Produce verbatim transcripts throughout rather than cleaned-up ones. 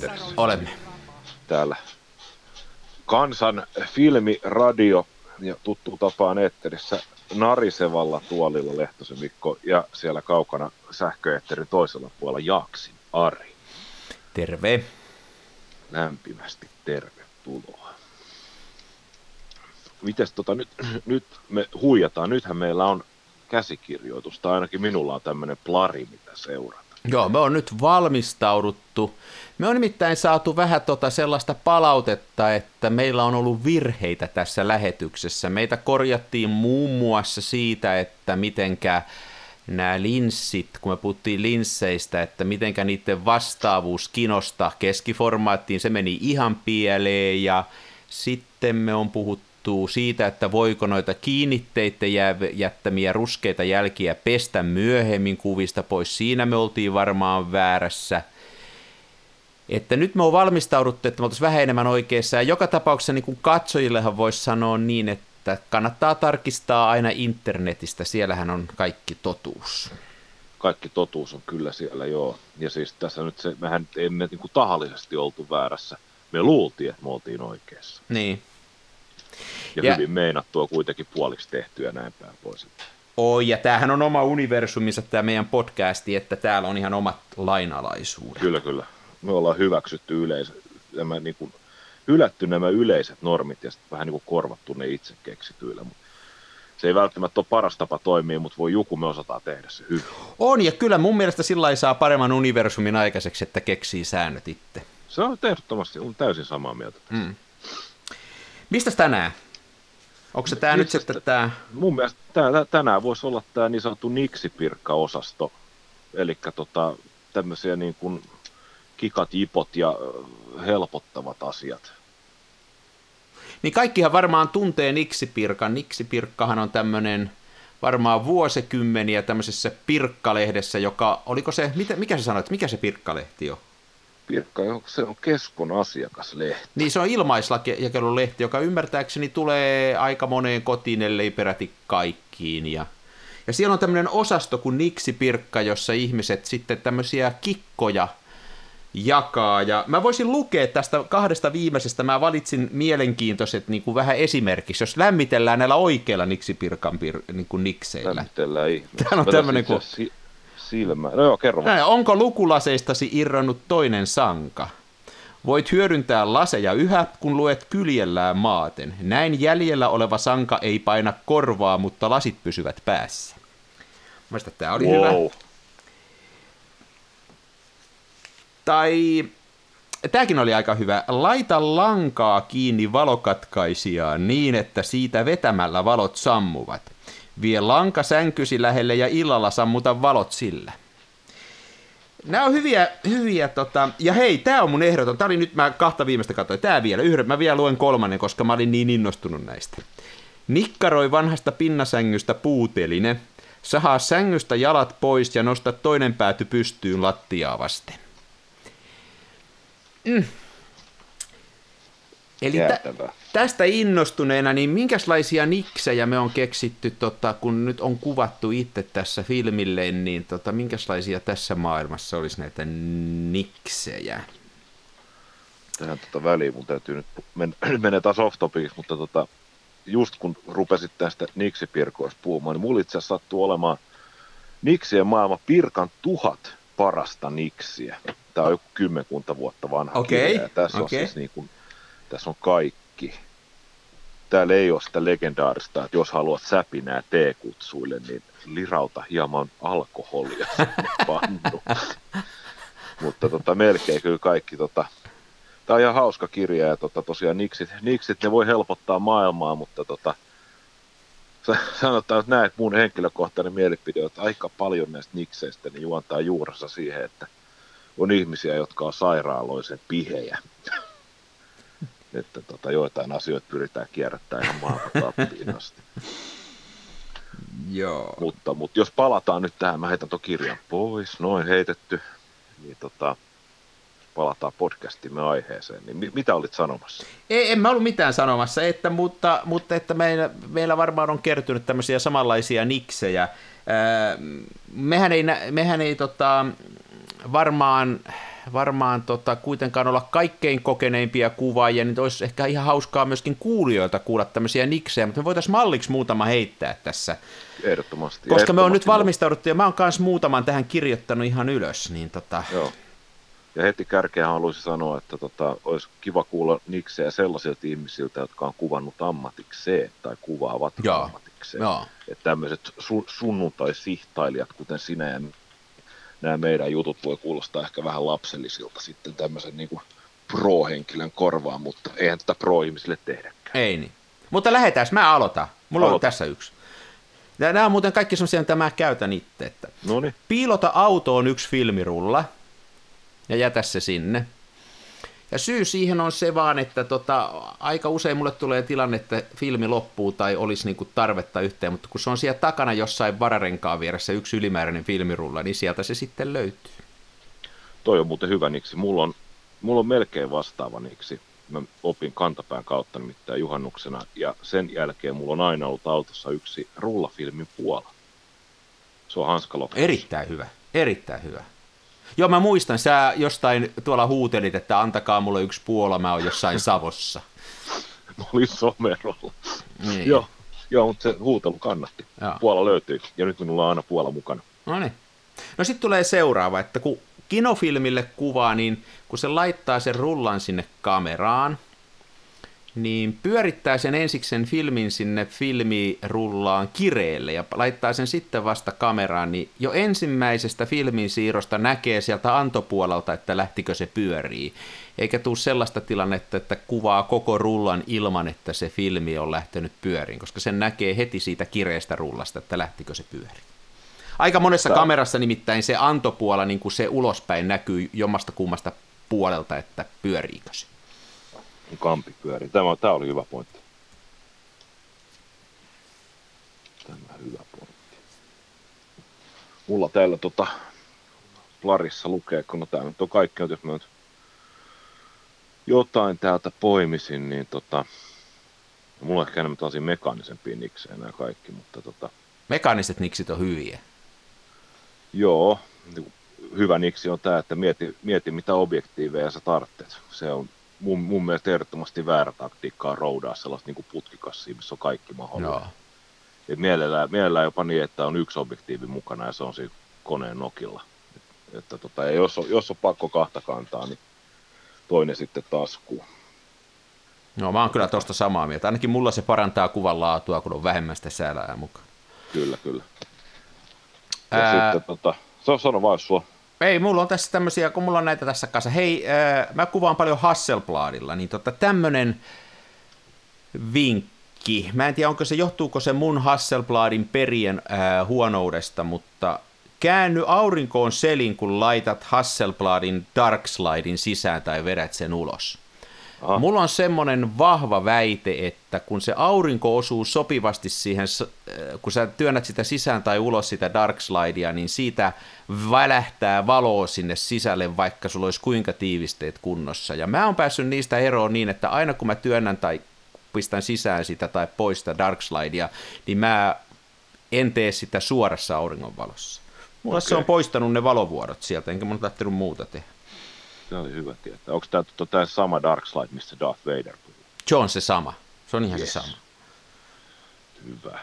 eetterissä? Olemme. Täällä Kansan filmi, radio ja tuttu tapaan eetterissä narisevalla tuolilla Lehtosen Mikko ja siellä kaukana sähköeetterin toisella puolella Jaaksin Ari. Terve. Lämpimästi tervetuloa. Mites tota, nyt, nyt me huijataan, nythän meillä on käsikirjoitus, tai ainakin minulla on tämmöinen plari, mitä seurata. Joo, me on nyt valmistauduttu. Me on nimittäin saatu vähän tota sellaista palautetta, että meillä on ollut virheitä tässä lähetyksessä. Meitä korjattiin muun muassa siitä, että mitenkä nämä linssit, kun me puhuttiin linsseistä, että mitenkä niiden vastaavuus kinosta keskiformaattiin, se meni ihan pieleen, ja sitten me on puhuttu siitä, että voiko noita kiinnitteiden jättämiä ruskeita jälkiä pestä myöhemmin kuvista pois. Siinä me oltiin varmaan väärässä. Että nyt me on valmistauduttu, että me oltaisiin vähän enemmän oikeassa. Ja joka tapauksessa niin kuin katsojillehan voisi sanoa niin, että kannattaa tarkistaa aina internetistä. Siellähän on kaikki totuus. Kaikki totuus on kyllä siellä, joo. Ja siis tässä nyt se, mehän emme niin kuin tahallisesti oltu väärässä. Me luultiin, että me oltiin oikeassa. Niin. Ja, ja hyvin meinattua kuitenkin puoliksi tehtyä näin päin pois. Oi, ja tämähän on oma universumissa tämä meidän podcasti, että täällä on ihan omat lainalaisuudet. Kyllä, kyllä. Me ollaan hyväksytty yleisö, nämä, niin kuin, hylätty nämä yleiset normit ja sitten vähän niin kuin korvattu ne itse keksityillä. Se ei välttämättä ole paras tapa toimia, mutta voi joku me osataan tehdä se hyvin. On, ja kyllä mun mielestä sillä ei saa paremman universumin aikaiseksi, että keksii säännöt itse. Se on ehdottomasti, on täysin samaa mieltä. Mm. Mistäs tänään? Onko se tämä nyt sitten tämä? Mun mielestä tää, tänään voisi olla tämä niin sanottu niksipirkka-osasto, eli tota, tämmöisiä niin kuin kikat, jipot ja helpottavat asiat. Niin kaikkihan varmaan tuntee niksipirkan. Niksipirkkahan on tämmöinen varmaan vuosikymmeniä tämmöisessä pirkkalehdessä, joka, oliko se, mikä sä sanoit, mikä se pirkkalehti on? Pirkka, se on Keskon asiakaslehti. Niin, se on ilmaisjakelulehti, joka ymmärtääkseni tulee aika moneen kotiin, ellei peräti kaikkiin. Ja, ja siellä on tämmöinen osasto kuin Niksipirkka, jossa ihmiset sitten tämmöisiä kikkoja jakaa. Ja mä voisin lukea tästä kahdesta viimeisestä, mä valitsin mielenkiintoiset niin kuin vähän esimerkiksi, jos lämmitellään näillä oikeilla Niksipirkan pir, niin kuin nikseillä. Lämmitellään ihmeessä. Täällä on tämmöinen kuin... Silmä. No joo, kerro. Näin, onko lukulaseistasi irronnut toinen sanka? Voit hyödyntää laseja yhä, kun luet kyljellään maaten. Näin jäljellä oleva sanka ei paina korvaa, mutta lasit pysyvät päässä. Mielestäni tämä oli wow. hyvä. Tai tämäkin oli aika hyvä. Laita lankaa kiinni valokatkaisijaan niin, että siitä vetämällä valot sammuvat. Vie lanka sänkysi lähelle ja illalla sammuta valot sillä. Nämä on hyviä, hyviä tota... ja hei, tämä on mun ehdoton. Tämä oli nyt, mä kahta viimeistä katsoin. Tämä vielä, yhden, mä vielä luen kolmannen, koska mä olin niin innostunut näistä. Nikkaroi vanhasta pinnasängystä puuteline. Sahaa sängystä jalat pois ja nosta toinen pääty pystyyn lattiaa vasten. Mm. Eli tä- tästä innostuneena, niin minkälaisia niksejä me on keksitty, tota, kun nyt on kuvattu itse tässä filmille, niin tota, minkälaisia tässä maailmassa olisi näitä niksejä? Tähän tota väliin mun täytyy nyt mennä, mennä taas off-topiciksi, mutta tota, just kun rupesit tästä niksipirkoista puhumaan, niin mulla itse asiassa sattuu olemaan niksien maailma Pirkan tuhat parasta niksiä. Tämä on joku kymmenkunta vuotta vanha okay. kirja, ja tässä okay. on siis niin kuin tässä on kaikki. Täällä ei ole sitä legendaarista, että jos haluat säpinää teekutsuille, niin lirauta hieman alkoholia sinne pannu. Mutta tota, melkein kyllä kaikki. Tota, tämä on ihan hauska kirja ja tota, tosiaan niksit, niksit ne voi helpottaa maailmaa, mutta tota, sanotaan, että näet mun henkilökohtainen mielipide, että aika paljon näistä nikseistä niin juontaa juurensa siihen, että on ihmisiä, jotka on sairaaloisen pihejä. Että tota, joitain asioita pyritään kierrättämään ihan maailman tappiin asti. Joo. Mutta, mutta jos palataan nyt tähän, mä heitän tuon kirjan pois, noin heitetty, niin tota, palataan podcastimme aiheeseen. Niin mitä olit sanomassa? Ei, en mä ollut mitään sanomassa, että, mutta, mutta että meillä, meillä varmaan on kertynyt tämmöisiä samanlaisia niksejä. Äh, mehän ei, mehän ei tota, varmaan varmaan tota, kuitenkaan olla kaikkein kokeneimpia kuvaajia, niin olisi ehkä ihan hauskaa myöskin kuulijoilta kuulla tämmöisiä niksejä, mutta me voitaisiin malliksi muutama heittää tässä. Ehdottomasti. Koska me on nyt ehdottomasti valmistauduttu, ja mä oon myös muutaman tähän kirjoittanut ihan ylös. Niin tota... Joo. Ja heti kärkeen haluaisin sanoa, että tota, olisi kiva kuulla niksejä sellaisilta ihmisiltä, jotka on kuvannut ammatikseen tai kuvaavat Joo. ammatikseen. Joo. Että tämmöiset su- sunnuntaisihtailijat, kuten sinä ja nämä meidän jutut voi kuulostaa ehkä vähän lapsellisilta sitten tämmöisen niin kuin pro-henkilön korvaan, mutta eihän tätä pro-ihmisille tehdäkään. Ei niin. Mutta lähdetään, mä aloitan. Mulla Aloita. on tässä yksi. Nämä on muuten kaikki semmoisia, mitä mä käytän itse. Että Noniin. Piilota auto on yksi filmirulla, ja jätä se sinne. Ja syy siihen on se vaan, että tota, aika usein mulle tulee tilanne, että filmi loppuu tai olisi niinku tarvetta yhteen, mutta kun se on siellä takana jossain vararenkaan vieressä yksi ylimääräinen filmirulla, niin sieltä se sitten löytyy. Toi on muuten hyvä niksi. Mulla on, mulla on melkein vastaava niksi. Mä opin kantapään kautta nimittäin juhannuksena, ja sen jälkeen mulla on aina ollut autossa yksi rullafilmin puola. Se on Hanska Lopus. Erittäin hyvä, erittäin hyvä. Joo, mä muistan, sä jostain tuolla huutelit, että antakaa mulle yksi puola, mä oon jossain Savossa. Mä olin somerolla. Niin. Joo, joo, mutta se huutelu kannatti. Joo. Puola löytyi, ja nyt minulla on aina puola mukana. No niin. No sitten tulee seuraava, että kun kinofilmille kuvaa, niin kun se laittaa sen rullan sinne kameraan, niin pyörittää sen ensiksi sen filmin sinne filmirullaan kireelle ja laittaa sen sitten vasta kameraan, niin jo ensimmäisestä filmin siirrosta näkee sieltä antopuolelta, että lähtikö se pyörii. Eikä tule sellaista tilannetta, että kuvaa koko rullan ilman, että se filmi on lähtenyt pyöriin, koska sen näkee heti siitä kireestä rullasta, että lähtikö se pyöriin. Aika monessa Tää. kamerassa nimittäin se antopuola, niin kuin se ulospäin näkyy jommasta kummasta puolelta, että pyöriikö se. Kampi pyörii. Tämä, tämä oli hyvä pointti. Tämä hyvä pointti. Mulla täällä tota, Larissa lukee, kun no, tämä nyt on kaikki, jos mä nyt jotain täältä poimisin, niin tota, mulla on ehkä enemmän tällaisia mekaanisempia niksejä nämä kaikki, mutta tota... Mekaaniset niksit on hyviä. Joo, hyvä niksi on tämä, että mieti, mieti mitä objektiiveja sä tarvitset. Se on mun, mun mielestä ehdottomasti väärä taktiikkaa roudaa sellaista niin putkikassia, missä on kaikki mahdollinen. Et mielellään, mielellään jopa niin, että on yksi objektiivi mukana ja se on siinä koneen nokilla. Et, että tota, ja jos, on, jos on pakko kahta kantaa, niin toinen sitten taskuun. No mä oon kyllä tuosta samaa mieltä. Ainakin mulla se parantaa kuvan laatua, kun on vähemmän sitä säälää mukaan. Kyllä, kyllä. Ja Ää... sitten tota, sano, sano vaan, jos sulla... Ei, mulla on tässä tämmöisiä, kun mulla on näitä tässä kanssa. Hei, ää, mä kuvaan paljon Hasselbladilla, niin tota, tämmönen vinkki. Mä en tiedä, onko se, johtuuko se mun Hasselbladin perien ää, huonoudesta, mutta käänny aurinkoon selin, kun laitat Hasselbladin Darkslidin sisään tai vedät sen ulos. Aha. Mulla on semmoinen vahva väite, että kun se aurinko osuu sopivasti siihen, kun sä työnnät sitä sisään tai ulos sitä Darkslidea, niin siitä välähtää valoa sinne sisälle, vaikka sulla olisi kuinka tiivisteet kunnossa. Ja mä oon päässyt niistä eroon niin, että aina kun mä työnnän tai pistän sisään sitä tai pois sitä Darkslidea, niin mä en tee sitä suorassa auringonvalossa. Mulla okay. Se on poistanut ne valovuodot sieltä, enkä mun tarvitse muuta tehdä. Se oli hyvä tietää. Onko tämä, tämä sama Darkslide, mistä Darth Vader puhuu? Se on se sama. Se on ihan yes. se sama. Hyvä.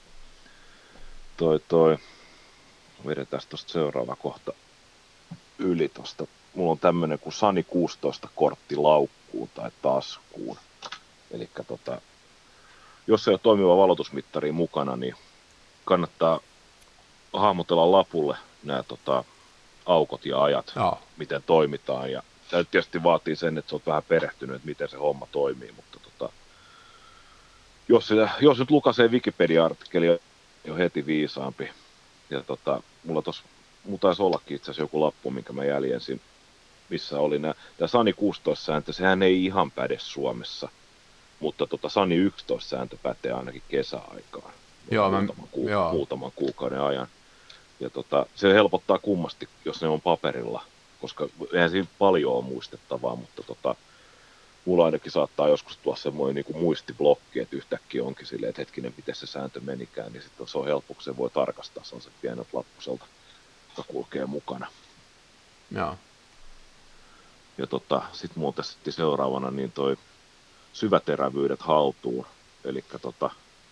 Toi, toi. Vedetään tuosta seuraava kohta yli tuosta. Mulla on tämmöinen kuin Sani kuusitoista kortti laukkuun tai taskuun. Eli tota, jos ei ole toimiva valotusmittari mukana, niin kannattaa hahmotella lapulle nämä tota, aukot ja ajat, Joo. miten toimitaan. Ja tämä tietysti vaatii sen, että sä oot vähän perehtynyt, että miten se homma toimii, mutta tota, jos, sitä, jos nyt lukasee Wikipedia-artikkeli jo heti viisaampi, ja tota, mulla tos, mulla taisi ollakin itse asiassa joku lappu, minkä mä jäljensin, missä oli nämä, tämä Sani kuusitoista-sääntö, sehän ei ihan päde Suomessa, mutta tota Sani yksitoista-sääntö pätee ainakin kesäaikaan, joo, muutaman, mä, ku, joo. muutaman kuukauden ajan. Ja tota, se helpottaa kummasti, jos ne on paperilla, koska eihän siinä paljon ole muistettavaa, mutta tota, mulla ainakin saattaa joskus tulla semmoinen niin kuin muistiblokki, että yhtäkkiä onkin silleen, että hetkinen, miten se sääntö menikään, niin sitten se on helppo, kun se voi tarkastaa, se on se pienet lappuselta, joka kulkee mukana. Joo. Ja tota, sitten mulla testettiin seuraavana niin toi syväterävyydet haltuun. Eli tota,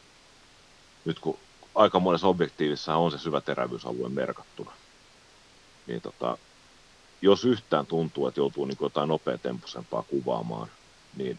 nyt kun aika monessa objektiivissa on se syväterävyysalue merkattuna, niin tota, jos yhtään tuntuu, että joutuu niin jotain nopeatempoisempaa kuvaamaan, niin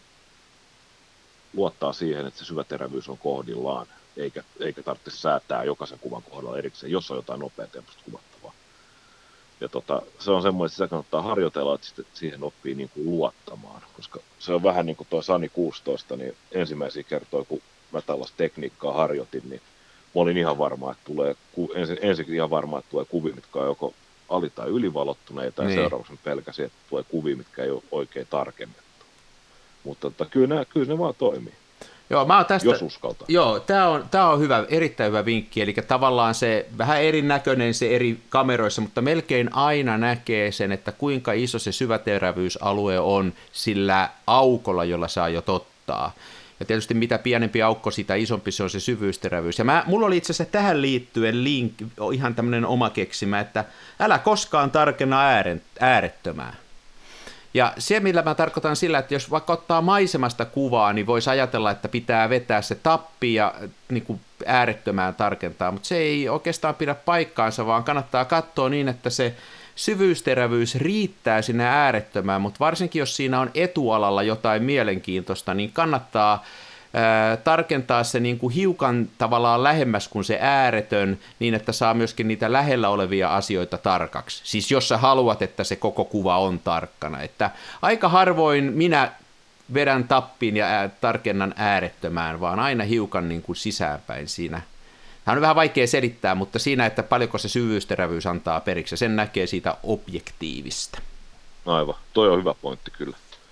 luottaa siihen, että se syväterävyys on kohdillaan, eikä, eikä tarvitse säätää jokaisen kuvan kohdalla erikseen, jos on jotain nopeatempoista kuvattavaa. Ja tota, se on semmoinen, että sitä kannattaa harjoitella, että siihen oppii niin kuin luottamaan, koska se on vähän niin kuin tuo Sani kuusitoista, niin ensimmäisiä kertoja, kun mä tällaista tekniikkaa harjoitin, niin mä olin ihan varma, että tulee, ensin, ensin ihan varma, että tulee kuvia, mitkä on joko ali- tai ylivalottuneita, ja niin. Seuraavaksi pelkäsin, että tulee kuvia, mitkä ei ole oikein tarkennettu. Mutta tota, kyllä, ne, kyllä ne vaan toimii. Joo, mä oon tästä, jos uskaltaa. Joo, tämä on, tää on hyvä, erittäin hyvä vinkki, eli tavallaan se vähän erinäköinen se eri kameroissa, mutta melkein aina näkee sen, että kuinka iso se syväterävyysalue on sillä aukolla, jolla saa jo ottaa. Ja tietysti mitä pienempi aukko, sitä isompi se on se syvyysterävyys. Ja mä, mulla oli itse asiassa tähän liittyen link, ihan tämmöinen oma keksimä, että älä koskaan tarkenna ääret, äärettömään. Ja se, millä mä tarkoitan sillä, että jos vaikka ottaa maisemasta kuvaa, niin voisi ajatella, että pitää vetää se tappi ja niin kuin äärettömään tarkentaa, mutta se ei oikeastaan pidä paikkaansa, vaan kannattaa katsoa niin, että se syvyysterävyys riittää sinne äärettömään, mutta varsinkin jos siinä on etualalla jotain mielenkiintoista, niin kannattaa ää, tarkentaa se niin kuin hiukan tavallaan lähemmäs kuin se ääretön, niin että saa myöskin niitä lähellä olevia asioita tarkaksi. Siis jos sä haluat, että se koko kuva on tarkkana. Että aika harvoin minä vedän tappiin ja ää, tarkennan äärettömään, vaan aina hiukan niin kuin sisäänpäin siinä. Tämä on vähän vaikea selittää, mutta siinä, että paljonko se syvyysterävyys antaa periksi, sen näkee siitä objektiivista. Aivan, toi on hyvä pointti kyllä.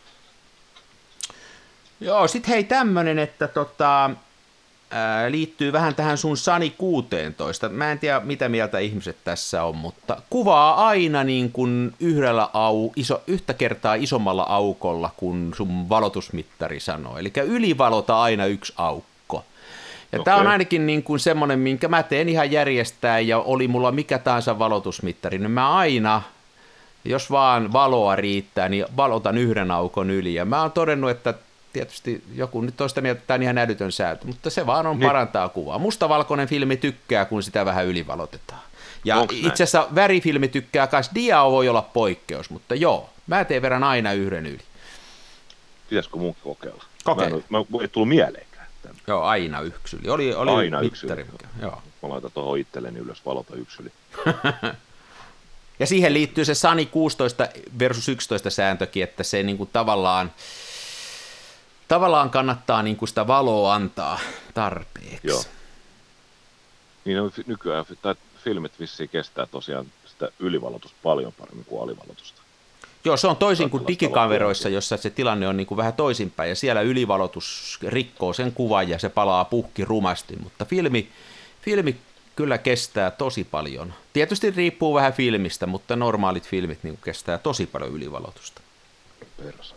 Joo, sit hei tämmönen, että tota, ää, liittyy vähän tähän sun Sani kuusitoista. Mä en tiedä, mitä mieltä ihmiset tässä on, mutta kuvaa aina niin kuin yhdellä au, iso, yhtä kertaa isommalla aukolla, kun sun valotusmittari sanoo. Eli ylivalota aina yksi aukko. Ja okay. Tämä on ainakin niin kuin semmoinen, minkä mä teen ihan järjestään, ja oli mulla mikä tahansa valotusmittari, niin mä aina, jos vaan valoa riittää, niin valotan yhden aukon yli. Ja mä oon todennut, että tietysti joku nyt on sitä mieltä, että tämä on ihan älytön säätö, mutta se vaan on, niin. Parantaa kuvaa. Mustavalkoinen filmi tykkää, kun sitä vähän ylivalotetaan. Ja itse asiassa värifilmi tykkää myös, dia voi olla poikkeus, mutta joo, mä teen verran aina yhden yli. Pitäisikö mun kokeilla? Kokeilla. Mä, mä ei tullut mieleenkään. Joo, aina yksi yli. Oli, oli aina mittari. Yksi Mikä, joo. Mä laitan tuohon itselleni ylös valota yksi yli. Ja siihen liittyy se Sani kuusitoista versus yksitoista sääntökin, että se niin kuin tavallaan, tavallaan kannattaa niin kuin sitä valoa antaa tarpeeksi. Joo. Niin on nykyään, tai filmit vissiin kestää tosiaan sitä ylivalotusta paljon paremmin kuin alivalotusta. Joo, se on toisin kuin digikameroissa, jossa se tilanne on niin kuin vähän toisinpäin, ja siellä ylivalotus rikkoo sen kuvan ja se palaa puhki rumasti, mutta filmi, filmi kyllä kestää tosi paljon. Tietysti riippuu vähän filmistä, mutta normaalit filmit niin kuin kestää tosi paljon ylivalotusta. Persa.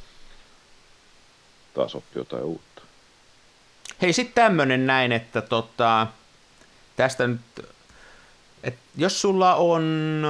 Taas oppi jotain uutta. Hei, sitten tämmöinen näin, että tota, tästä nyt, että jos sulla on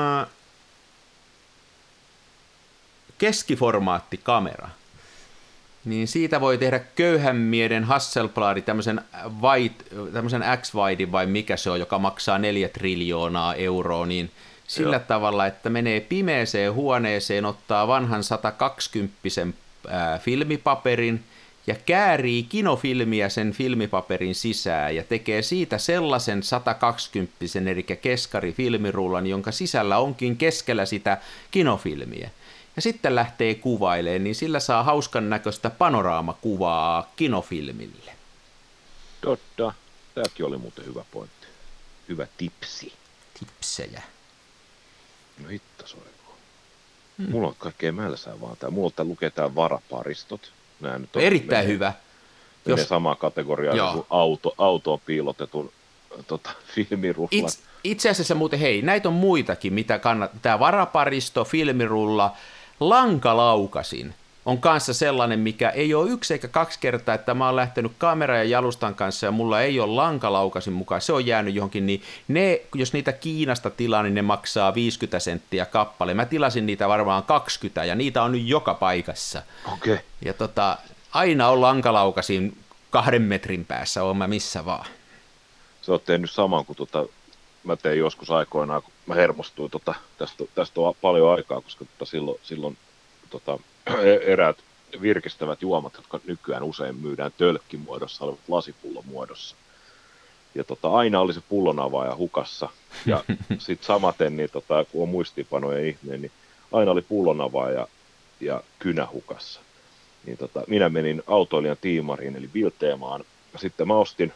keskiformaattikamera, niin siitä voi tehdä köyhän mieden Hasselblad, tämmöisen, wide, tämmöisen X-Wide vai mikä se on, joka maksaa neljä triljoonaa euroa, niin sillä Joo. tavalla, että menee pimeeseen huoneeseen, ottaa vanhan sata kaksikymmentä ää, filmipaperin ja käärii kinofilmiä sen filmipaperin sisään ja tekee siitä sellaisen sata kaksikymmentä eli keskarifilmirullan, jonka sisällä onkin keskellä sitä kinofilmiä. Ja sitten lähtee kuvailemaan, niin sillä saa hauskan näköistä panoraamakuvaa kinofilmille. Totta. Tämäkin oli muuten hyvä pointti. Hyvä tipsi. Tipsejä. No hitta soikoo. Hmm. Mulla on kaikkea mälsää vaan tää. Mulla on lukee tää varaparistot. Nää nyt on erittäin menee, hyvä. Menee Jos... samaa kategoriaa kuin auto, autoon piilotetun tota, filmirullan. Itse, itse asiassa muuten, hei, näitä on muitakin, mitä kannattaa. Tämä varaparisto, filmirulla, lankalaukasin. on kanssa sellainen, mikä ei ole yksi eikä kaksi kertaa, että mä oon lähtenyt kamera- ja jalustan kanssa ja mulla ei ole lankalaukasin mukaan, se on jäänyt johonkin, niin ne, jos niitä Kiinasta tilaa, niin ne maksaa viisikymmentä senttiä kappale. Mä tilasin niitä varmaan kaksikymmentä ja niitä on nyt joka paikassa. Okei. Okay. Ja tota, aina on lankalaukasin kahden metrin päässä, oon mä missä vaan. Sä oot tehnyt saman kuin tota, mä tein joskus aikoinaan, kun mä hermostuin, tota, tästä, tästä on paljon aikaa, koska tota, silloin, silloin tota, eräät virkistävät juomat, jotka nykyään usein myydään tölkkimuodossa, olivat lasipullon muodossa. Ja tota, aina oli se pullonavaaja hukassa. Ja sitten samaten, niin, tota, kun on muistiinpanoja ihminen, niin aina oli pullonavaaja ja kynä hukassa. Niin, tota, minä menin autoilijan tiimariin, eli Bilteemaan. Ja sitten mä ostin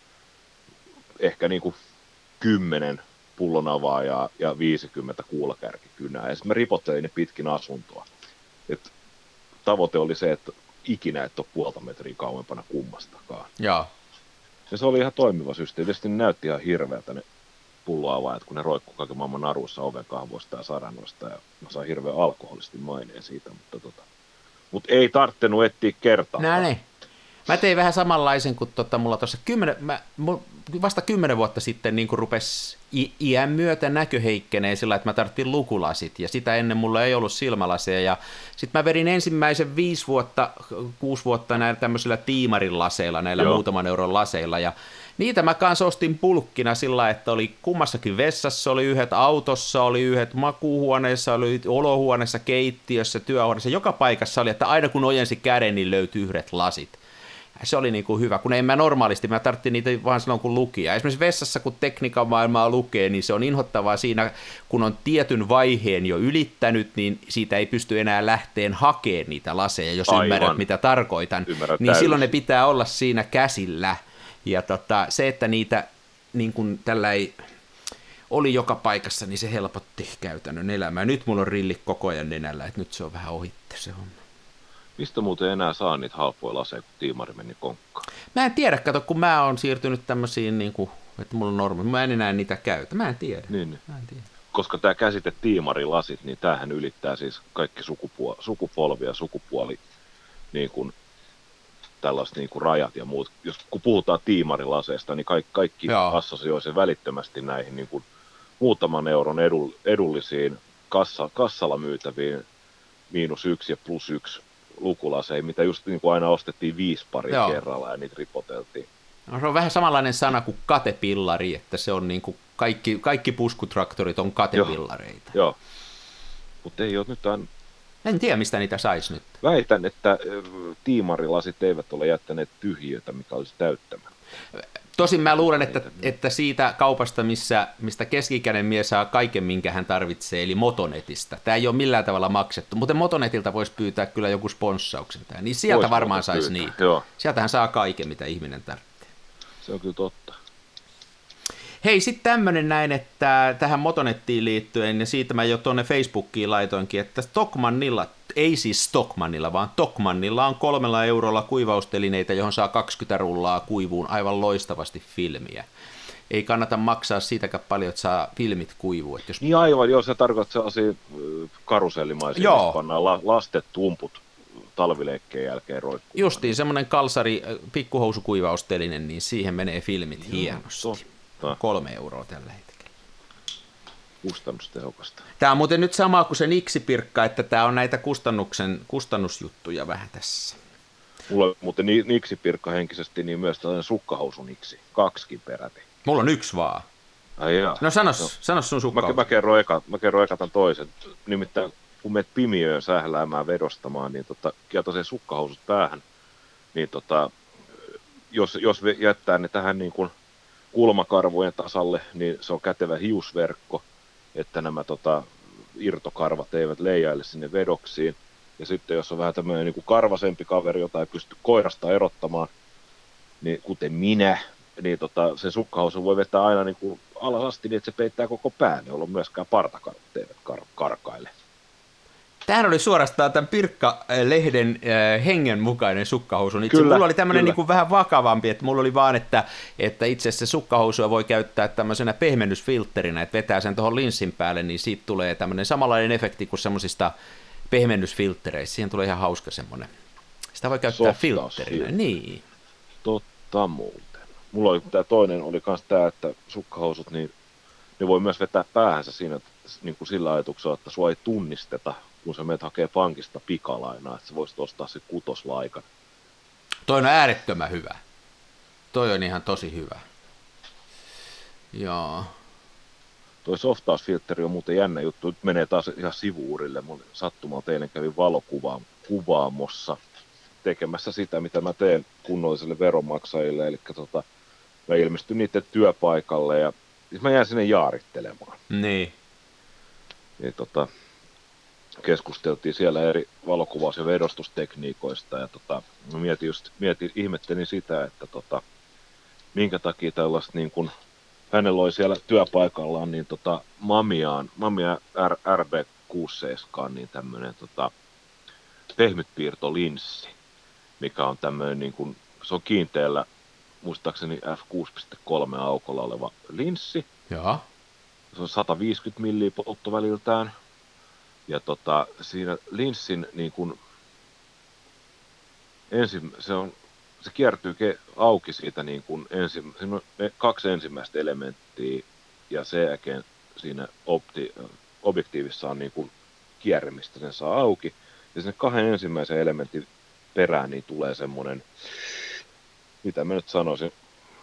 ehkä niin kuin kymmenen pullonavaajaa ja viisikymmentä kuulakärkikynää. Ja sitten mä ripottelin ne pitkin asuntoa. Et tavoite oli se, että ikinä et ole puolta metriä kauempana kummastakaan. Joo. Ja se oli ihan toimiva systeemi. Tietysti ne näytti ihan hirveältä ne pulloavaajat, kun ne roikkuu kaiken maailman naruissa ovenkahvoista ja saranoista. Ja mä sain hirveän alkoholistin maineen siitä, mutta tota, mut ei tarttenut etsiä kertaa. Näin ei. Mä tein vähän samanlaisen kuin tota, mulla tuossa kymmenen, mä, vasta kymmenen vuotta sitten niin rupesi iän myötä näkö heikkenee sillä, että mä tarvitsin lukulasit ja sitä ennen mulla ei ollut silmälaseja ja sitten mä vedin ensimmäisen viisi vuotta, kuusi vuotta näillä tämmöisillä tiimarin laseilla, näillä Joo. muutaman euron laseilla ja niitä mä kanssa ostin pulkkina sillä, että oli kummassakin vessassa, oli yhdet autossa, oli yhdet makuuhuoneessa, oli olohuoneessa, keittiössä, työhuoneessa, joka paikassa oli, että aina kun ojensi käden, niin löytyi yhdet lasit. Se oli niin kuin hyvä, kun en mä normaalisti, mä tarvitsin niitä vaan silloin kun lukia. Esimerkiksi vessassa, kun tekniikan maailmaa lukee, niin se on inhottavaa siinä, kun on tietyn vaiheen jo ylittänyt, niin siitä ei pysty enää lähteen hakemaan niitä laseja, jos Aivan. ymmärrät, mitä tarkoitan. Ymmärrät niin täysin. Silloin ne pitää olla siinä käsillä. Ja tota, se, että niitä niin kuin tällä ei oli joka paikassa, niin se helpotti käytännön elämää. Nyt mulla on rilli koko ajan nenällä, että nyt se on vähän ohitte se homma. Mistä muuten enää saa niitä halpoja laseja, kun tiimari meni konkkaan? Mä en tiedä, kato, kun mä oon siirtynyt tämmöisiin, niin kuin, että mulla on normaali. Mä en enää niitä käytä. Mä en tiedä. Niin, mä en tiedä. Koska tämä käsite tiimarilasit, niin tämähän ylittää siis kaikki sukupuoli, sukupolvi ja sukupuoli, niin kuin, tällaiset niin kuin rajat ja muut. Jos, kun puhutaan tiimarilaseista, niin kaikki, kaikki assosioi sen välittömästi näihin niin kuin muutaman euron edull, edullisiin kassa, kassalla myytäviin miinus yksi ja plus yksi lukulaseihin, mitä just niin kuin aina ostettiin viisi paria Joo. kerralla ja niitä ripoteltiin. No, se on vähän samanlainen sana kuin katepillari, että se on niin kuin kaikki, kaikki puskutraktorit on katepillareita. Joo, Joo. Mutta ei ole nyt aina... En tiedä, mistä niitä saisi nyt. Väitän, että tiimarilasit eivät ole jättäneet tyhjiötä, mikä olisi täyttämään. Tosin mä luulen, että, että siitä kaupasta, missä, mistä keski-ikäinen mies saa kaiken, minkä hän tarvitsee, eli Motonetista. Tämä ei ole millään tavalla maksettu, mutta Motonetilta voisi pyytää kyllä joku sponssauksen tähän. Niin sieltä Vois varmaan saisi niitä. Joo. Sieltähän saa kaiken, mitä ihminen tarvitsee. Se on kyllä totta. Hei, sitten tämmöinen näin, että tähän Motonettiin liittyen, ja siitä mä jo tuonne Facebookiin laitoinkin, että Stockmannilla, ei siis Stockmannilla, vaan Stockmannilla on kolmella eurolla kuivaustelineitä, johon saa kaksikymmentä rullaa kuivuun aivan loistavasti filmiä. Ei kannata maksaa siitäkään paljon, että saa filmit kuivua. Jos... Niin aivan, joo, se tarkoittaa sellaisia karusellimaisia, missä pannaan la- lastettumput talvileikkeen jälkeen roikkumaan. Justiin, semmoinen kalsari pikkuhousukuivausteline, niin siihen menee filmit joo, hienosti. To- Kolme euroa tällä hetkellä. Kustannustehokasta. Tämä on muuten nyt sama kuin se Niksi-pirkka, että tämä on näitä kustannuksen, kustannusjuttuja vähän tässä. Mulla on muuten Niksi-pirkka henkisesti niin myös tällainen sukkahousuniksi, kaksikin peräti. Mulla on yksi vaan. Ai jaa. No sanos, no. sanos sun sukkahousu. Mä, mä kerron eka, mä kerron eka tämän toisen. Nimittäin kun menet pimiöön sähläämään vedostamaan, niin tota, kieltä se sukkahousut päähän, niin tota, jos, jos jättää ne tähän niin kuin kulmakarvojen tasalle, niin se on kätevä hiusverkko, että nämä tota, irtokarvat eivät leijaile sinne vedoksiin. Ja sitten jos on vähän tämmöinen niin kuin karvasempi kaveri, jota ei pysty koirasta erottamaan, niin kuten minä, niin tota, se sukkahousu voi vetää aina niin kuin alas asti niin, että se peittää koko pään, jolloin myöskään partakarvat eivät kar- karkaile. Tämähän oli suorastaan tämän Pirkka-lehden äh, hengen mukainen sukkahousu. Itse kyllä, mulla oli tämmöinen niin kuin vähän vakavampi, että mulla oli vaan, että, että itse asiassa sukkahousua voi käyttää tämmöisenä pehmennysfiltterinä, että vetää sen tuohon linssin päälle, niin siitä tulee tämmöinen samanlainen efekti kuin semmoisista pehmennysfilttereissä. Siihen tulee ihan hauska semmoinen. Sitä voi käyttää filtterinä. Niin. Totta muuten. Mulla oli tämä toinen oli myös tämä, että sukkahousut, niin ne voi myös vetää päähänsä siinä niin kuin sillä ajatuksella, että sua ei tunnisteta, kun sä menet hakee pankista pikalainaa, että sä voisit ostaa se kutoslaikan. Toi on äärettömän hyvä. Toi on ihan tosi hyvä. Joo. Toi softausfiltteri on muuten jännä juttu. Nyt menee taas ihan sivuurille. Mun sattumalta eilen kävin valokuvaamossa tekemässä sitä, mitä mä teen kunnollisille veronmaksajille. Eli tota, mä ilmestyn niiden työpaikalle ja siis mä jään sinne jaarittelemaan. Niin. Niin tota, keskusteltiin siellä eri valokuvaus- ja vedostustekniikoista ja tota, mä mietin just, mietin, ihmettelin sitä, että tota, minkä takia tällaista niin kuin hänellä oli siellä työpaikallaan niin tota, Mamiaan, Mamia R B kuusikymmentäseitsemän, niin tämmöinen tota, pehmytpiirtolinssi, mikä on tämmöinen, niin kuin, se on kiinteällä, muistaakseni F kuusi pilkku kolme aukolla oleva linssi. Jaa. Se on sata viisikymmentä milliä polttoväliltään. Ja tota, siinä linssin niin kuin, ensin, se on se kiertyy auki siitä niin kuin ensin, siinä on kaksi ensimmäistä elementtiä ja sen jälkeen siinä opti, objektiivissa on niin kuin kierremistä, sen saa auki ja sinne kahden ensimmäisen elementin perään niin tulee semmoinen, mitä mä nyt sanoisin,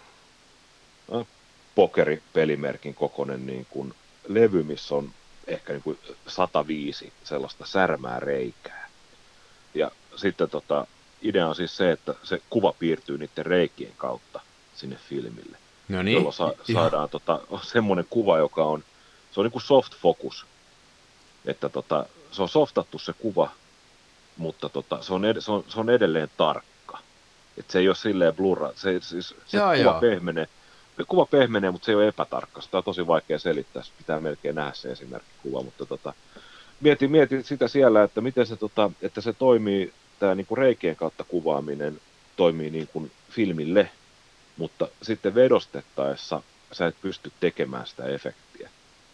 no, pokeripelimerkin kokoinen niin kuin levy, missä on ehkä niin kuin sata viisi sellaista särmää reikää. Ja sitten tota, idea on siis se, että se kuva piirtyy niiden reikien kautta sinne filmille. No niin. Jolloin sa- saadaan tota, semmoinen kuva, joka on, se on niin kuin soft focus. Että tota, se on softattu se kuva, mutta tota, se, on ed- se, on, se on edelleen tarkka. Että se ei ole silleen blurra. Se, siis, se joo, kuva joo. pehmenee. Kuva pehmenee, mutta se ei ole epätarkka. Sitä on tosi vaikea selittää. Se pitää melkein nähdä se esimerkkikuva. Mutta tota, mietin, mietin sitä siellä, että miten se, tota, että se toimii, tämä niinku reikien kautta kuvaaminen toimii niinku filmille, mutta sitten vedostettaessa sä et pysty tekemään sitä efektiä.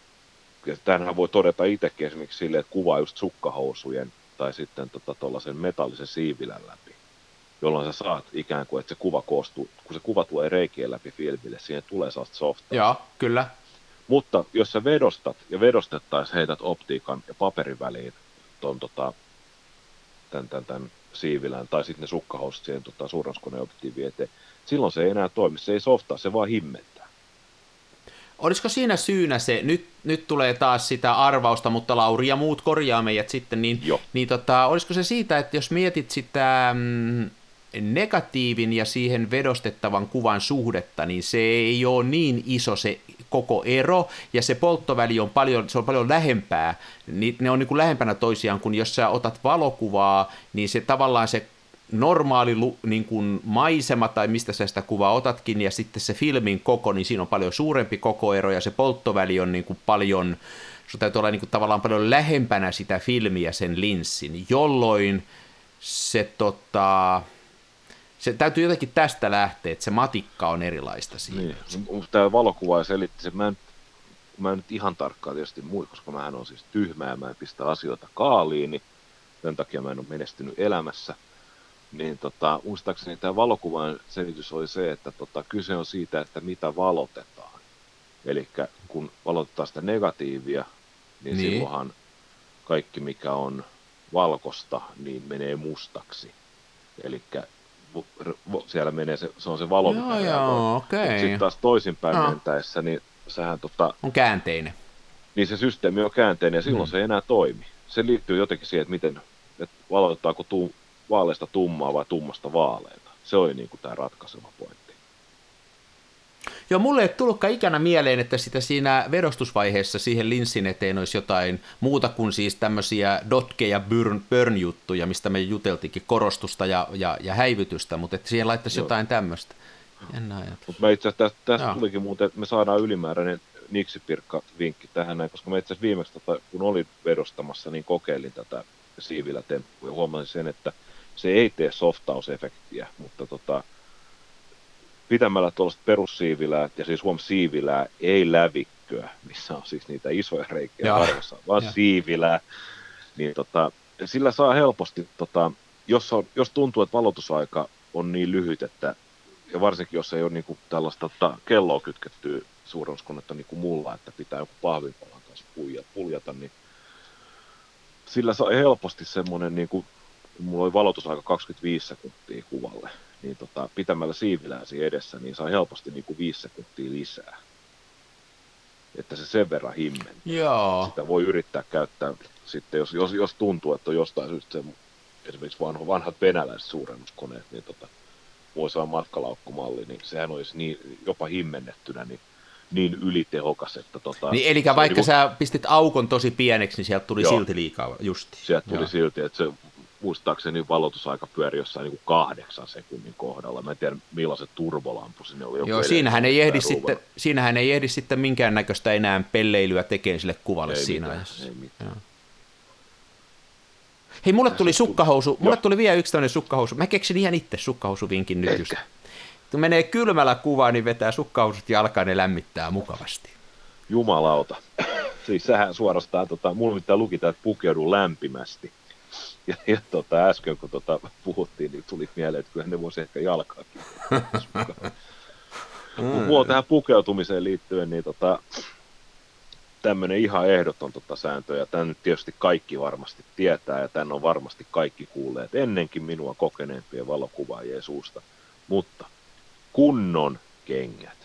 Tämähän voi todeta itsekin esimerkiksi silleen, että kuvaa just sukkahousujen tai sitten tuollaisen tota, metallisen siivilän läpi, jolloin sä saat ikään kuin, että se kuva koostuu, kun se kuva tulee reikien läpi filmille, siihen tulee sellaista softaa. Joo, kyllä. Mutta jos sä vedostat ja vedostettaisiin heität optiikan ja paperin väliin ton, tota, tämän, tämän, tämän siivilän tai sitten ne sukkahousut siihen tota, suurennuskoneobjektiiviin eteen, silloin se ei enää toimi, se ei softaa, se vaan himmentää. Olisiko siinä syynä se, nyt, nyt tulee taas sitä arvausta, mutta Lauri ja muut korjaa meidät sitten, niin, niin tota, olisiko se siitä, että jos mietit sitä mm, negatiivin ja siihen vedostettavan kuvan suhdetta, niin se ei ole niin iso se koko ero, ja se polttoväli on paljon, se on paljon lähempää, niin ne on niin kuin lähempänä toisiaan, kun jos sä otat valokuvaa, niin se tavallaan se normaali niin kuin maisema tai mistä sä sitä kuvaa otatkin ja sitten se filmin koko, niin siinä on paljon suurempi kokoero ja se polttoväli on niin kuin paljon, sun täytyy olla niin kuin tavallaan paljon lähempänä sitä filmiä sen linssin, jolloin se tota, se täytyy jotenkin tästä lähteä, että se matikka on erilaista siinä. Niin. Tämä valokuva selitti sen, mä en, mä en nyt ihan tarkkaan tietysti muista, koska mähän on siis tyhmä ja mä en pistä asioita kaaliin, niin sen takia mä en ole menestynyt elämässä. Niin tota, muistaakseni tämä valokuvan selitys oli se, että tota, kyse on siitä, että mitä valotetaan. Eli kun valotetaan sitä negatiivia, niin, niin silloinhan kaikki mikä on valkosta, niin menee mustaksi. Eli siellä menee se, se on se valo, joo, mikä joo, okay. Sitten taas toisinpäin no. mentäessä, niin sehän tota, on käänteinen. Niin se systeemi on käänteinen ja silloin hmm. se ei enää toimi. Se liittyy jotenkin siihen, että miten, että valotetaanko tuu, vaaleista tummaa vai tummasta vaaleita. Se oli niin kuin tämä ratkaiseva pointti. Joo, mulle ei tullutkaan ikänä mieleen, että sitä siinä vedostusvaiheessa siihen linssin eteen olisi jotain muuta kuin siis tämmöisiä dotke- ja burn-juttuja, mistä me juteltiinkin, korostusta ja, ja, ja häivytystä, mutta että siihen laittaisi Joo. jotain tämmöistä. Jännä ajatus. Mutta me itse asiassa tästä, tästä tulikin muuten, että me saadaan ylimääräinen niksipirkka-vinkki tähän näin, koska me itse asiassa viimeksi, tota, kun olin vedostamassa, niin kokeilin tätä siivilätemppua ja huomasin sen, että se ei tee softausefektiä, mutta tota, pitämällä tuollaista perussiivilää, ja siis huom siivilää, ei lävikköä, missä on siis niitä isoja reikiä arvossa, vaan ja. siivilää, niin tota, sillä saa helposti, tota, jos, on, jos tuntuu, että valotusaika on niin lyhyt, että, ja varsinkin jos ei ole niin kuin tällaista tota, kelloa kytkettyä suurennuskonetta niin kuin mulla, että pitää joku pahvinpalan kanssa puljata, puljata, niin sillä saa helposti semmoinen, niin kuin, kun mulla oli valotusaika kaksikymmentäviisi sekuntia kuvalle, niin tota, pitämällä siivilääsi edessä, niin saa helposti niin kuin viisi sekuntia lisää. Että se sen verran himmentää. Joo. Sitä voi yrittää käyttää sitten, jos, jos, jos tuntuu, että on jostain syystä se, esimerkiksi vanho, vanhat venäläiset suurennuskoneet, niin tota, voi saa matkalaukkumalli, niin sehän olisi niin, jopa himmennettynä niin, niin ylitehokas, että tota, Niin, eli vaikka niin kuin, sä pistit aukon tosi pieneksi, niin sieltä tuli joo, silti liikaa justi. Sieltä tuli joo. silti, että se muistaakseni valotusaika pyöri jossain niin kuin kahdeksan sekunnin kohdalla. Mä en tiedä, millaiset turbolampu sinne oli. Joo, siinähän ei, ehdi sitten, siinähän ei ehdi sitten minkäännäköistä enää pelleilyä tekemään sille kuvalle ei siinä mitään, ajassa. Ei mitään. Hei, mulle tuli sukkahousu, mulle tuli vielä yksi tämmöinen sukkahousu. Mä keksin ihan itse sukkahousuvinkin nyt just. Kun menee kylmällä kuvaan, niin vetää sukkahousut jalkaan ja lämmittää mukavasti. Jumalauta. Siis sähän suorastaan, tota, mulla mitään lukita, että pukeudu lämpimästi. Ja, ja tota, äsken kun tota, puhuttiin, niin tuli mieleen, että kyllä ne voisi ehkä jalkaakin. mm. Mulla tähän pukeutumiseen liittyen, niin tota, tämmöinen ihan ehdoton tota, sääntö, ja tämän nyt tietysti kaikki varmasti tietää, ja tämän on varmasti kaikki kuulleet ennenkin minua kokeneempien valokuvaajien suusta, mutta kunnon kengät.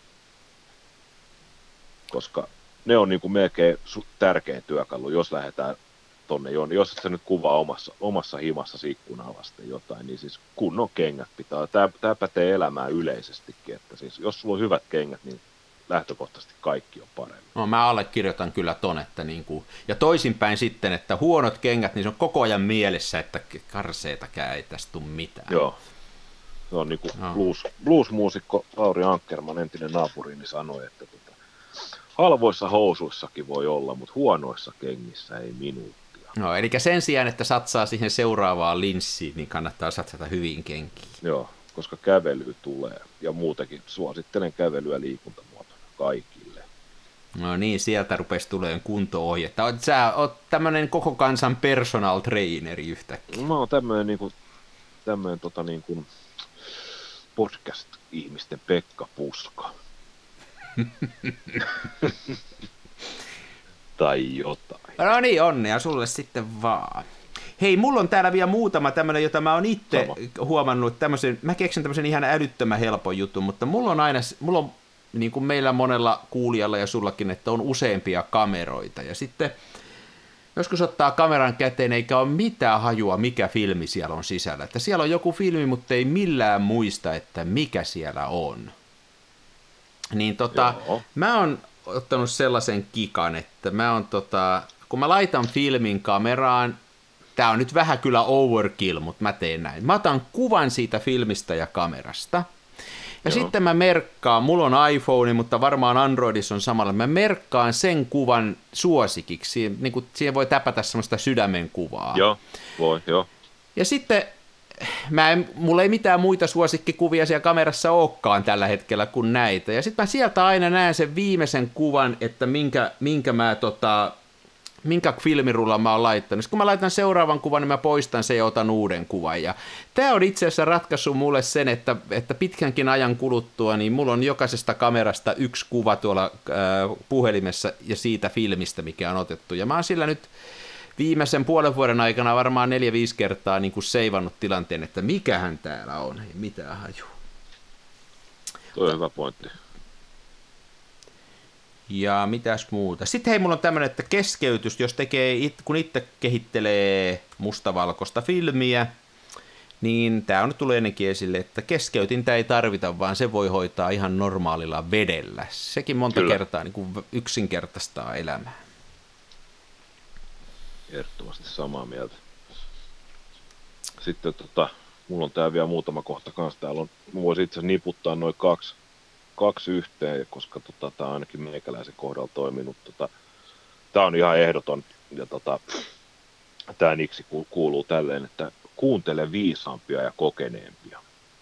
Koska ne on niin kuin melkein tärkein työkalu, jos lähdetään tonne, jos et sä nyt kuvaa omassa, omassa himassa ikkunaa vasten jotain, niin siis kunnon kengät pitää. Tämä, tämä pätee elämään yleisestikin, että siis jos sulla on hyvät kengät, niin lähtökohtaisesti kaikki on paremmin. No mä allekirjoitan kyllä ton, että niin kuin, ja toisinpäin sitten, että huonot kengät, niin se on koko ajan mielessä, että karseetakään ei tästä tule mitään. Joo. Se on niin kuin no. blues, blues-muusikko Lauri Ankerman, entinen naapurini, sanoi, että tota, halvoissa housuissakin voi olla, mutta huonoissa kengissä ei minuuttia. No, eli sen sijaan, että satsaa siihen seuraavaan linssiin, niin kannattaa satsata hyviin kenkiin. Joo, koska kävely tulee. Ja muutenkin suosittelen kävelyä liikuntamuotona kaikille. No niin, sieltä rupesi tulemaan kunto-ohjetta. Sä oot tämmöinen koko kansan personal traineri yhtäkkiä. Mä oon tämmöinen, niin kuin, tämmöinen tota, niin kuin podcast-ihmisten Pekka Puska. Tai jotain. No niin, onnea sulle sitten vaan. Hei, mulla on täällä vielä muutama tämmönen, jota mä oon itse huomannut, tämmösen, mä keksin tämmöisen ihan älyttömän helpon jutun, mutta mulla on aina, mulla on niin kuin meillä monella kuulijalla ja sullakin, että on useampia kameroita, ja sitten joskus ottaa kameran käteen eikä ole mitään hajua, mikä filmi siellä on sisällä, että siellä on joku filmi, mutta ei millään muista, että mikä siellä on. Niin tota, Joo. mä oon ottanut sellaisen kikan, että mä oon tota, kun mä laitan filmin kameraan, tää on nyt vähän kyllä overkill, mutta mä teen näin. Mä otan kuvan siitä filmistä ja kamerasta, ja Joo. sitten mä merkkaan, mulla on iPhone, mutta varmaan Androidissa on samalla, mä merkkaan sen kuvan suosikiksi, niin kuin siihen voi täpätä semmoista sydämen kuvaa. Joo, voi, joo. Ja sitten Mä en, mulla ei mitään muita suosikkikuvia siellä kamerassa olekaan tällä hetkellä kuin näitä. Ja sitten mä sieltä aina näen sen viimeisen kuvan, että minkä, minkä, mä, tota, minkä filmirullan mä oon laittanut. Sitten kun mä laitan seuraavan kuvan, niin mä poistan sen ja otan uuden kuvan. Ja tää on itse asiassa ratkaissut mulle sen, että, että pitkänkin ajan kuluttua, niin mulla on jokaisesta kamerasta yksi kuva tuolla äh, puhelimessa ja siitä filmistä, mikä on otettu. Ja mä oon sillä nyt viimeisen puolen vuoden aikana varmaan neljä, viisi kertaa niin kuin seivannut tilanteen, että mikähän täällä on, ei mitään hajua. Tuo on hyvä pointti. Ja mitäs muuta. Sitten hei, mulla on tämmöinen, että keskeytys, jos tekee, it, kun itse kehittelee mustavalkoista filmiä, niin tää on nyt tullut ennenkin esille, että keskeytintä ei tarvita, vaan se voi hoitaa ihan normaalilla vedellä. Sekin monta Kyllä. kertaa niin kuin yksinkertaistaa elämää. Ehdottomasti samaa mieltä. Sitten tota, mulla on tää vielä muutama kohta kanssa. Täällä on, mä voisin itse asiassa niputtaa noin kaksi, kaksi yhteen, koska tota, tää on ainakin meikäläisen kohdalla toiminut. Tota, tää on ihan ehdoton. Ja tota, tää niksi kuuluu tälleen, että kuuntele viisaampia ja kokeneempia.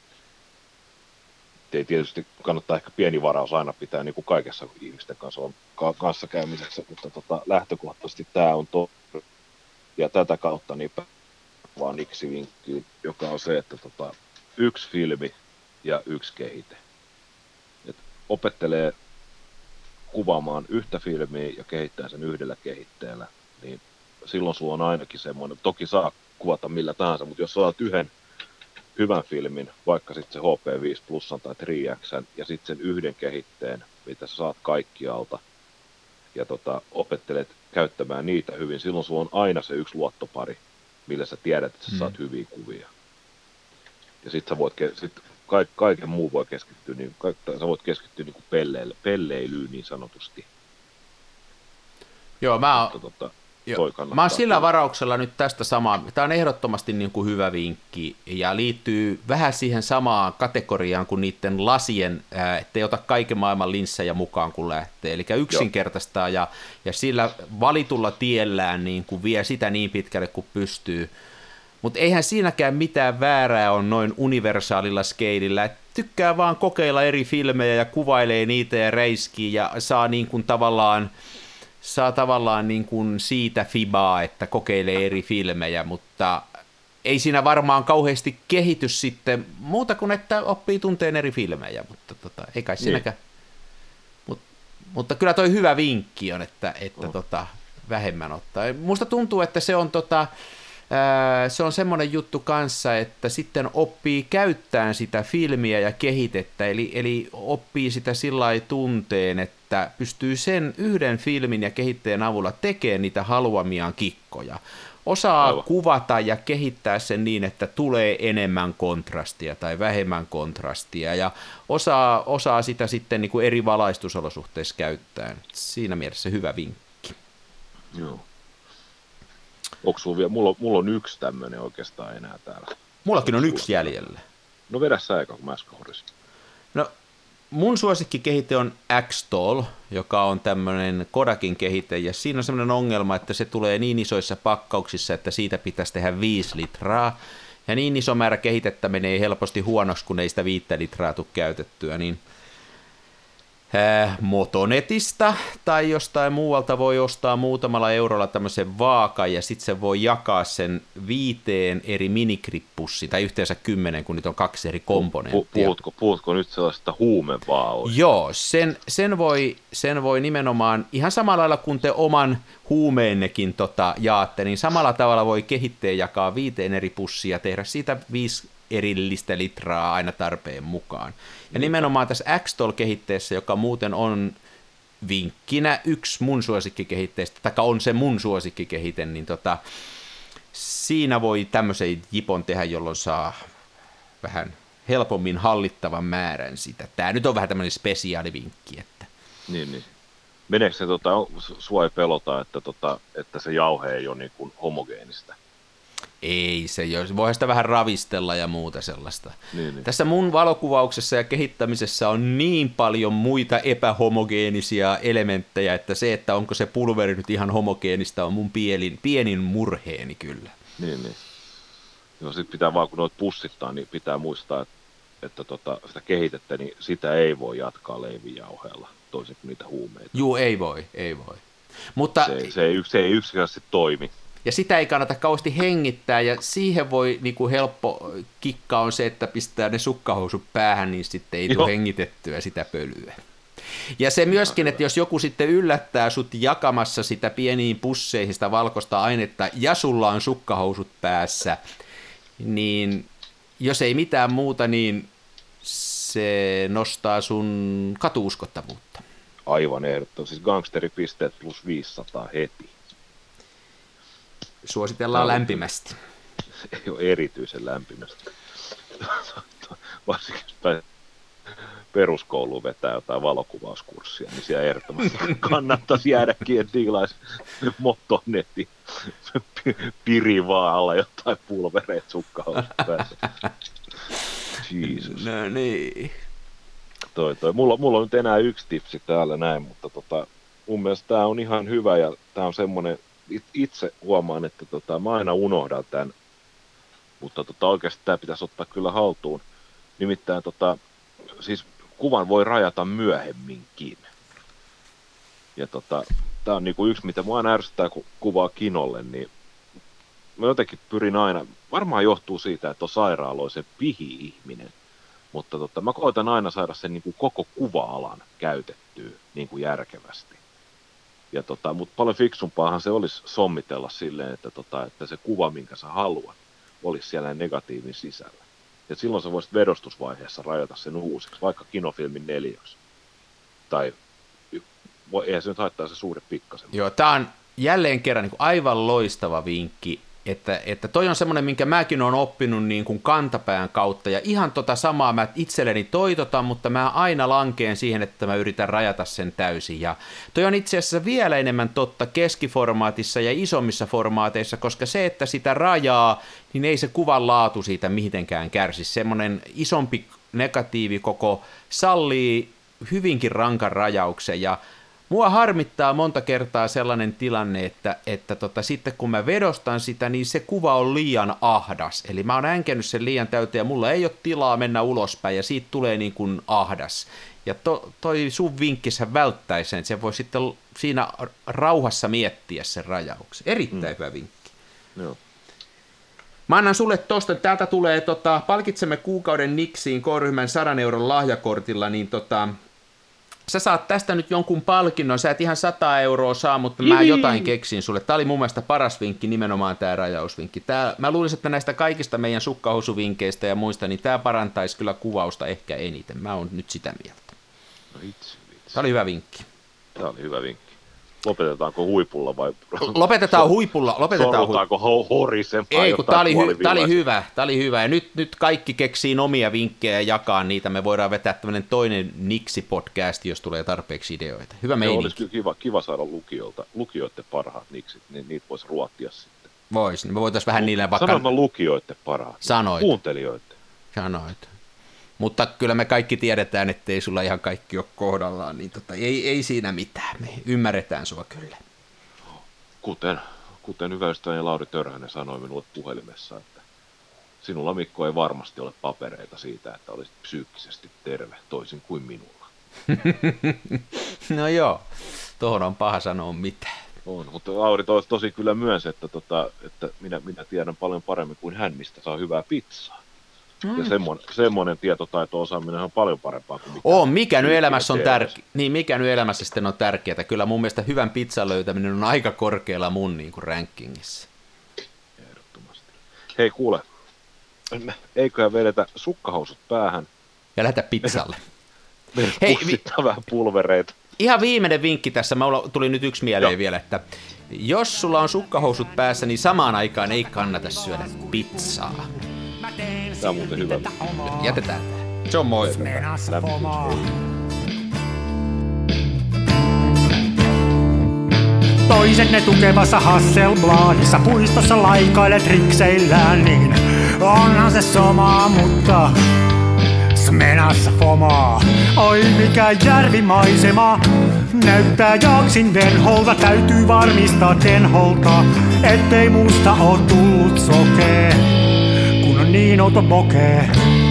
Ei tietysti kannattaa ehkä pieni varaus aina pitää niin kuin kaikessa ihmisten kanssa, kanssa käymiseksi, mutta tota, lähtökohtaisesti tää on to- Ja tätä kautta niin vaan yksi vinkki, joka on se, että tota, yksi filmi ja yksi kehite. Et opettelee kuvaamaan yhtä filmiä ja kehittää sen yhdellä kehitteellä, niin silloin sulla on ainakin semmoinen, toki saa kuvata millä tahansa, mutta jos saat yhden hyvän filmin, vaikka sitten se H P viisi plussan tai kolme X ja sitten sen yhden kehitteen, mitä sä saat kaikkialta, ja tota, opettelet käyttämään niitä hyvin, silloin sulla on aina se yksi luottopari, millä sä tiedät, että sä saat hmm. hyviä kuvia. Ja sit sä voit, sit kaiken muu voi keskittyä, niin kaik, sä voit keskittyä niin kuin pelleille, pelleilyyn niin sanotusti. Joo, mä oon, Mutta, tota, joo, mä oon sillä varauksella nyt tästä samaa. Tämä on ehdottomasti niin kuin hyvä vinkki ja liittyy vähän siihen samaan kategoriaan kuin niiden lasien, ettei ota kaiken maailman linssejä mukaan kun lähtee. Eli yksinkertaistaa ja, ja sillä valitulla tiellään niin kuin vie sitä niin pitkälle kuin pystyy. Mutta eihän siinäkään mitään väärää on noin universaalilla skeilillä, että tykkää vaan kokeilla eri filmejä ja kuvailee niitä ja räiskii ja saa niin kuin tavallaan, saa tavallaan niin kuin siitä fibaa, että kokeilee eri filmejä, mutta ei siinä varmaan kauheasti kehitys sitten muuta kuin, että oppii tunteen eri filmejä, mutta tota, ei kai siinäkään. Mut, mutta kyllä toi hyvä vinkki on, että, että oh. tota, vähemmän ottaa. Musta tuntuu, että se on tota, se on semmoinen juttu kanssa, että sitten oppii käyttämään sitä filmiä ja kehitettä, eli, eli oppii sitä sillä lailla tunteen, että pystyy sen yhden filmin ja kehitteen avulla tekemään niitä haluamiaan kikkoja. Osaa Aivan. kuvata ja kehittää sen niin, että tulee enemmän kontrastia tai vähemmän kontrastia, ja osaa, osaa sitä sitten niin kuin eri valaistusolosuhteissa käyttää. Siinä mielessä hyvä vinkki. Joo. Onko sulla vielä? Mulla, mulla on yksi tämmöinen oikeastaan enää täällä. Mullakin on yksi jäljellä. No vedä sä eka, kun mä äsken horisin. No, mun suosikkikehite on X-Tall, joka on tämmöinen Kodakin kehite, ja siinä on semmoinen ongelma, että se tulee niin isoissa pakkauksissa, että siitä pitäisi tehdä viisi litraa, ja niin iso määrä kehitettä menee helposti huonoksi, kun ei sitä viittä litraa tule käytettyä, niin Motonetista tai jostain muualta voi ostaa muutamalla eurolla tämmöisen vaakan ja sitten se voi jakaa sen viiteen eri minikrippussi tai yhteensä kymmenen, kun nyt on kaksi eri komponenttia. Puhutko, puhutko nyt sellaista huumevaoista? Joo, sen, sen, voi, sen voi nimenomaan ihan samalla lailla kuin te oman huumeennekin tota, jaatte, niin samalla tavalla voi kehittää jakaa viiteen eri pussia ja tehdä siitä viisi erillistä litraa aina tarpeen mukaan. Ja nimenomaan tässä X-Tall-kehitteessä, joka muuten on vinkkinä yksi mun suosikkikehitteistä, tai on se mun suosikkikehite, niin tota, siinä voi tämmöisen jipon tehdä, jolloin saa vähän helpommin hallittavan määrän sitä. Tämä nyt on vähän tämmöinen spesiaalivinkki. Että... Niin, niin. Meneekö se, tota, sua ei pelota, että, tota, että se jauhe ei ole niin kuin homogeenistä? Ei se, voihan sitä vähän ravistella ja muuta sellaista. Niin, niin. Tässä mun valokuvauksessa ja kehittämisessä on niin paljon muita epähomogeenisia elementtejä, että se, että onko se pulveri nyt ihan homogeenista, on mun pienin, pienin murheeni kyllä. Niin, niin. Joo, sit pitää vaan, kun noit pussittaa, niin pitää muistaa, että, että tota, sitä kehitettä, niin sitä ei voi jatkaa leivijauheella, toisin kuin niitä huumeita. Juu, ei voi, ei voi. Mutta... Se, se, ei, se ei yksinkertaisesti toimi. Ja sitä ei kannata kauheasti hengittää, ja siihen voi niin kuin helppo kikka on se, että pistää ne sukkahousut päähän, niin sitten ei tule hengitettyä sitä pölyä. Ja se myöskin, että jos joku sitten yllättää sut jakamassa sitä pieniin pusseihin sitä valkoista ainetta, ja sulla on sukkahousut päässä, niin jos ei mitään muuta, niin se nostaa sun katuuskottavuutta. Aivan ehdottomasti. Siis gangsteripisteet plus viisisataa heti. Suositellaan Tämä lämpimästi. Ei ole erityisen lämpimästi. Varsinkin jos peruskouluun vetää jotain valokuvauskurssia, niin siellä ehdottomasti kannattaisi jäädäkin, että diilaisi motonetin piri vaan alla jotain pulvereet sukkahousut päässä. Jeesus. No niin. Toi, toi. Mulla, mulla on nyt enää yksi tipsi täällä näin, mutta tota, mun mielestä tämä on ihan hyvä ja tämä on semmoinen, itse huomaan, että tota, mä aina unohdan tämän, mutta tota, oikeasti tämä pitäisi ottaa kyllä haltuun. Nimittäin tota, siis kuvan voi rajata myöhemminkin. Ja tota, tämä on niinku yksi, mitä mua aina ärsyttää, kun kuvaa kinolle, niin mä jotenkin pyrin aina, varmaan johtuu siitä, että on sairaaloisen pihi-ihminen, mutta tota, mä koitan aina saada sen niin kuin koko kuva-alan käytettyä niin kuin järkevästi. Ja tota, mutta paljon fiksumpaahan se olisi sommitella silleen, että, tota, että se kuva, minkä sä haluat, olisi siellä negatiivin sisällä. Ja silloin sä voisit vedostusvaiheessa rajata sen uusiksi, vaikka kinofilmin neljöksi. Tai eihän se nyt haittaa se suhde pikkasen. Joo, tää on jälleen kerran niin kuin aivan loistava vinkki, että, että toi on semmoinen, minkä mäkin olen oppinut niin kuin kantapään kautta, ja ihan tota samaa mä itselleni toitotan, mutta mä aina lankeen siihen, että mä yritän rajata sen täysin, ja toi on itse asiassa vielä enemmän totta keskiformaatissa ja isommissa formaateissa, koska se, että sitä rajaa, niin ei se kuvan laatu siitä mitenkään kärsi. Semmoinen isompi negatiivi koko sallii hyvinkin rankan rajauksen, ja mua harmittaa monta kertaa sellainen tilanne, että, että tota, sitten kun mä vedostan sitä, niin se kuva on liian ahdas. Eli mä oon änkennyt sen liian täyteen ja mulla ei ole tilaa mennä ulospäin ja siitä tulee niin kuin ahdas. Ja to, toi sun vinkkisä välttäisi sen, että se voi sitten siinä rauhassa miettiä sen rajauksen. Erittäin mm. hyvä vinkki. Joo. Mä annan sulle tosta, täältä tulee, tota, palkitsemme kuukauden Nixiin K-ryhmän sadan euron lahjakortilla, niin tota... Sä saat tästä nyt jonkun palkinnon, sä et ihan sata euroa saa, mutta mä jotain keksin sulle. Tää oli mun mielestä paras vinkki, nimenomaan tää rajausvinkki. Tää, mä luulisin, että näistä kaikista meidän sukkahousuvinkkeistä ja muista, niin tää parantaisi kyllä kuvausta ehkä eniten. Mä oon nyt sitä mieltä. No itse, itse. Tää oli hyvä vinkki. Tää oli hyvä vinkki. Lopetetaanko huipulla vai... Lopetetaan huipulla. Lopetetaan Sorrutaanko ho- horisemaan? Ei, kun tää oli, hy- tää oli hyvä. Tää oli hyvä. Ja nyt, nyt kaikki keksii omia vinkkejä ja jakaa niitä. Me voidaan vetää tämmönen toinen Niksi-podcast, jos tulee tarpeeksi ideoita. Hyvä meininki. Olisi kyllä kiva, kiva saada lukijoilta, lukijoiden parhaat Niksit, niin niitä voisi ruottia sitten. Vois, niin me voitaisiin vähän niille vaikka... Sanoin mä lukijoiden parhaat. Sanoit. Kuuntelijoiden. Sanoit. Mutta kyllä me kaikki tiedetään, ettei sulla ihan kaikki ole kohdallaan, niin tota, ei, ei siinä mitään. Me ymmärretään sua kyllä. Kuten, kuten hyvä ystäväni Lauri Törhänen sanoi minulle puhelimessa, että sinulla, Mikko, ei varmasti ole papereita siitä, että olisit psyykkisesti terve, toisin kuin minulla. No joo, tuohon on paha sanoa mitään. On, mutta Lauri tos, tosi kyllä myös, että, tota, että minä, minä tiedän paljon paremmin kuin hän, mistä saa hyvää pizzaa. Mm. Ja semmoinen, semmoinen tietotaito-osaaminen on paljon parempaa kuin mikään. On, mikä nyt elämässä on tärkeää. Niin, mikä nyt elämässä sitten on tärkeää. Kyllä mun mielestä hyvän pizzan löytäminen on aika korkealla mun niin kuin rankingissa. Ehdottomasti. Hei kuule, eiköhän vedetä sukkahousut päähän. Ja lähdetä pizzalle. Meidän pussittaa vi- vähän pulvereita. Ihan viimeinen vinkki tässä, mä tuli nyt yksi mieleen Joo. vielä, että jos sulla on sukkahousut päässä, niin samaan aikaan ei kannata syödä pizzaa. Tämä on muuten hyvä. Jätetään tämä. Se on moi. Toisenne tukevassa Hasselbladissa puistossa laikailet rikseillään, niin onhan se sama, mutta Smenassa fomaa. Oi mikä järvimaisema, näyttää jaksin venholta, täytyy varmistaa tenholta, ettei musta oo tullut sokee. Kun on niin outo pokee.